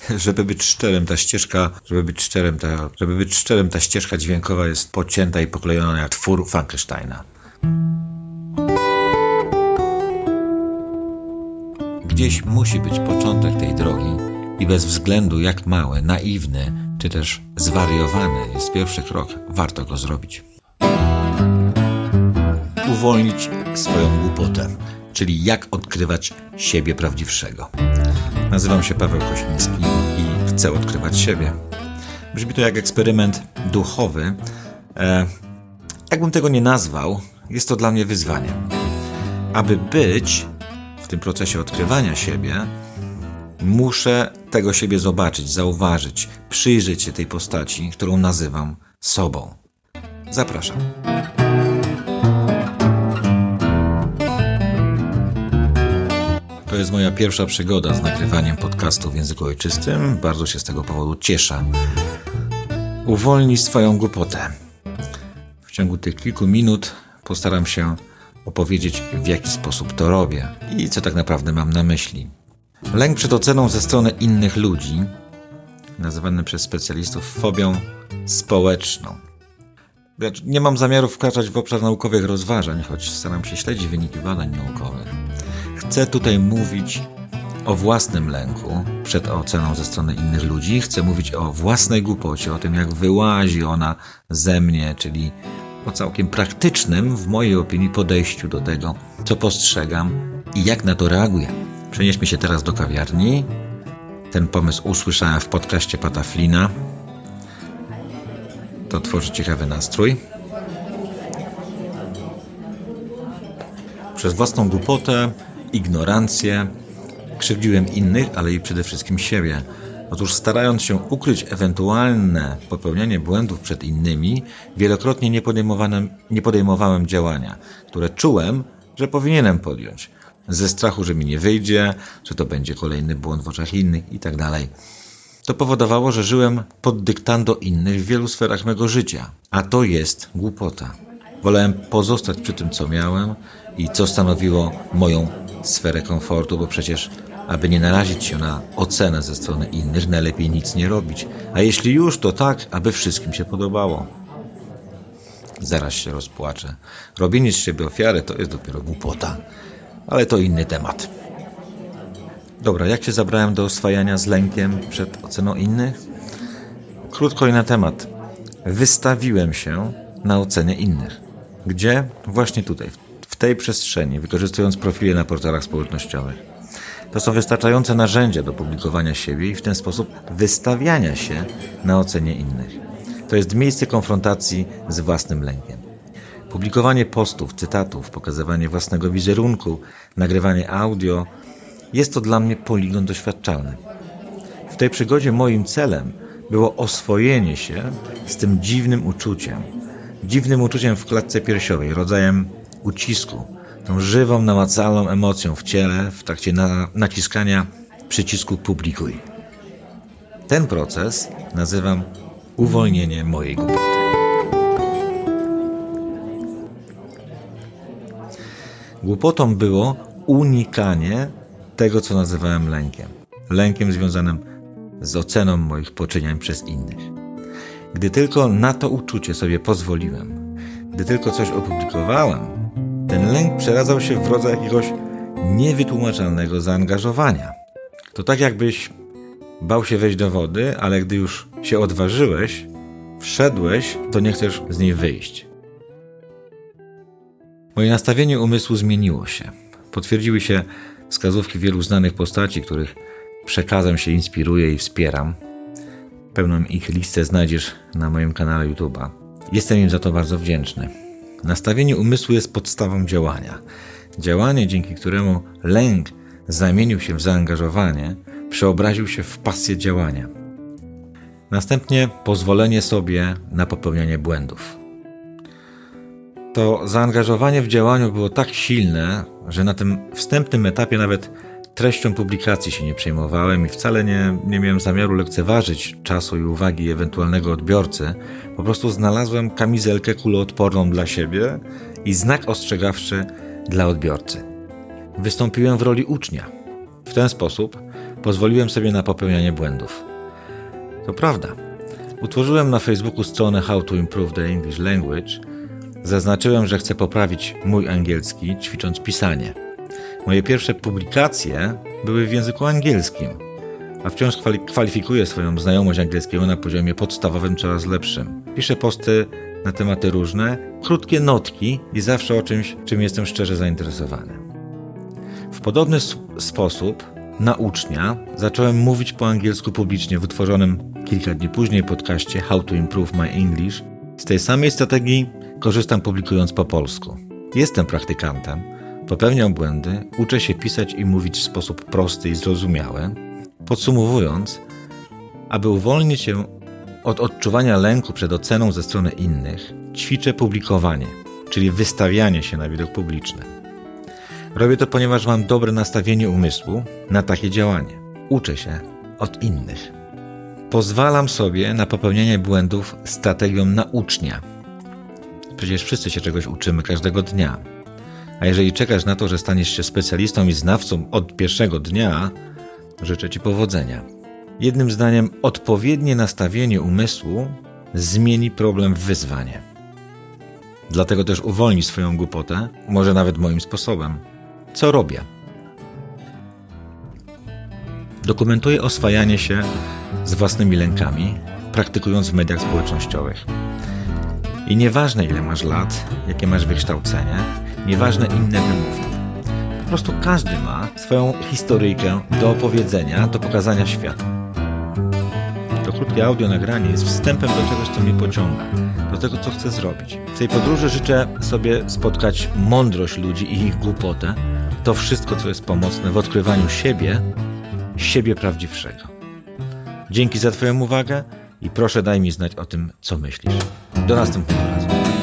Żeby być szczerym, ta ścieżka dźwiękowa jest pocięta i poklejona jak twór Frankensteina. Gdzieś musi być początek tej drogi i bez względu jak mały, naiwny czy też zwariowany jest pierwszy krok, warto go zrobić. Uwolnić swoją głupotę, czyli jak odkrywać siebie prawdziwszego. Nazywam się Paweł Kośmiński i chcę odkrywać siebie. Brzmi to jak eksperyment duchowy. Jakbym tego nie nazwał, jest to dla mnie wyzwanie. Aby być w tym procesie odkrywania siebie, muszę tego siebie zobaczyć, zauważyć, przyjrzeć się tej postaci, którą nazywam sobą. Zapraszam. To jest moja pierwsza przygoda z nagrywaniem podcastu w języku ojczystym. Bardzo się z tego powodu cieszę. Uwolnij swoją głupotę. W ciągu tych kilku minut postaram się opowiedzieć, w jaki sposób to robię i co tak naprawdę mam na myśli. Lęk przed oceną ze strony innych ludzi, nazywany przez specjalistów fobią społeczną. Nie mam zamiaru wkraczać w obszar naukowych rozważań, choć staram się śledzić wyniki badań naukowych. Chcę tutaj mówić o własnym lęku przed oceną ze strony innych ludzi. Chcę mówić o własnej głupocie, o tym, jak wyłazi ona ze mnie, czyli o całkiem praktycznym, w mojej opinii, podejściu do tego, co postrzegam i jak na to reaguję. Przenieśmy się teraz do kawiarni. Ten pomysł usłyszałem w podcaście Pata Flina. To tworzy ciekawy nastrój. Przez własną głupotę, ignorancję krzywdziłem innych, ale i przede wszystkim siebie. Otóż starając się ukryć ewentualne popełnianie błędów przed innymi, wielokrotnie nie podejmowałem działania, które czułem, że powinienem podjąć. Ze strachu, że mi nie wyjdzie, że to będzie kolejny błąd w oczach innych itd. To powodowało, że żyłem pod dyktando innych w wielu sferach mego życia. A to jest głupota. Wolałem pozostać przy tym, co miałem i co stanowiło moją sferę komfortu, bo przecież, aby nie narazić się na ocenę ze strony innych, najlepiej nic nie robić. A jeśli już, to tak, aby wszystkim się podobało. Zaraz się rozpłaczę. Robienie z siebie ofiary to jest dopiero głupota. Ale to inny temat. Dobra, jak się zabrałem do oswajania z lękiem przed oceną innych? Krótko i na temat. Wystawiłem się na ocenę innych. Gdzie? Właśnie tutaj, w tej przestrzeni, wykorzystując profile na portalach społecznościowych. To są wystarczające narzędzia do publikowania siebie i w ten sposób wystawiania się na ocenie innych. To jest miejsce konfrontacji z własnym lękiem. Publikowanie postów, cytatów, pokazywanie własnego wizerunku, nagrywanie audio jest to dla mnie poligon doświadczalny. W tej przygodzie moim celem było oswojenie się z tym dziwnym uczuciem w klatce piersiowej, rodzajem ucisku, tą żywą, namacalną emocją w ciele w trakcie naciskania przycisku publikuj. Ten proces nazywam uwolnienie mojej głupoty. Głupotą było unikanie tego, co nazywałem lękiem. Lękiem związanym z oceną moich poczynań przez innych. Gdy tylko na to uczucie sobie pozwoliłem, gdy tylko coś opublikowałem, ten lęk przeradzał się w rodzaj jakiegoś niewytłumaczalnego zaangażowania. To tak jakbyś bał się wejść do wody, ale gdy już się odważyłeś, wszedłeś, to nie chcesz z niej wyjść. Moje nastawienie umysłu zmieniło się. Potwierdziły się wskazówki wielu znanych postaci, których przekazem się inspiruję i wspieram. Pełną ich listę znajdziesz na moim kanale YouTube'a. Jestem im za to bardzo wdzięczny. Nastawienie umysłu jest podstawą działania. Działanie, dzięki któremu lęk zamienił się w zaangażowanie, przeobraził się w pasję działania. Następnie pozwolenie sobie na popełnianie błędów. To zaangażowanie w działaniu było tak silne, że na tym wstępnym etapie nawet treścią publikacji się nie przejmowałem i wcale nie miałem zamiaru lekceważyć czasu i uwagi ewentualnego odbiorcy. Po prostu znalazłem kamizelkę kuloodporną dla siebie i znak ostrzegawczy dla odbiorcy. Wystąpiłem w roli ucznia. W ten sposób pozwoliłem sobie na popełnianie błędów. To prawda. Utworzyłem na Facebooku stronę How to Improve the English Language. Zaznaczyłem, że chcę poprawić mój angielski, ćwicząc pisanie. Moje pierwsze publikacje były w języku angielskim, a wciąż kwalifikuję swoją znajomość angielskiego na poziomie podstawowym coraz lepszym. Piszę posty na tematy różne, krótkie notki i zawsze o czymś, czym jestem szczerze zainteresowany. W podobny sposób na ucznia zacząłem mówić po angielsku publicznie w utworzonym kilka dni później podcaście How to Improve My English. Z tej samej strategii korzystam publikując po polsku. Jestem praktykantem, popełniam błędy, uczę się pisać i mówić w sposób prosty i zrozumiały. Podsumowując, aby uwolnić się od odczuwania lęku przed oceną ze strony innych, ćwiczę publikowanie, czyli wystawianie się na widok publiczny. Robię to, ponieważ mam dobre nastawienie umysłu na takie działanie. Uczę się od innych. Pozwalam sobie na popełnianie błędów strategią na ucznia. Przecież wszyscy się czegoś uczymy każdego dnia. A jeżeli czekasz na to, że staniesz się specjalistą i znawcą od pierwszego dnia, życzę Ci powodzenia. Jednym zdaniem, odpowiednie nastawienie umysłu zmieni problem w wyzwanie. Dlatego też uwolnij swoją głupotę, może nawet moim sposobem. Co robię? Dokumentuję oswajanie się z własnymi lękami, praktykując w mediach społecznościowych. I nieważne ile masz lat, jakie masz wykształcenie, nieważne inne wymówki. Po prostu każdy ma swoją historyjkę do opowiedzenia, do pokazania światu. To krótkie audio nagranie jest wstępem do czegoś, co mnie pociąga, do tego, co chcę zrobić. W tej podróży życzę sobie spotkać mądrość ludzi i ich głupotę, to wszystko, co jest pomocne w odkrywaniu siebie prawdziwszego. Dzięki za Twoją uwagę i proszę daj mi znać o tym, co myślisz. Do następnego razu.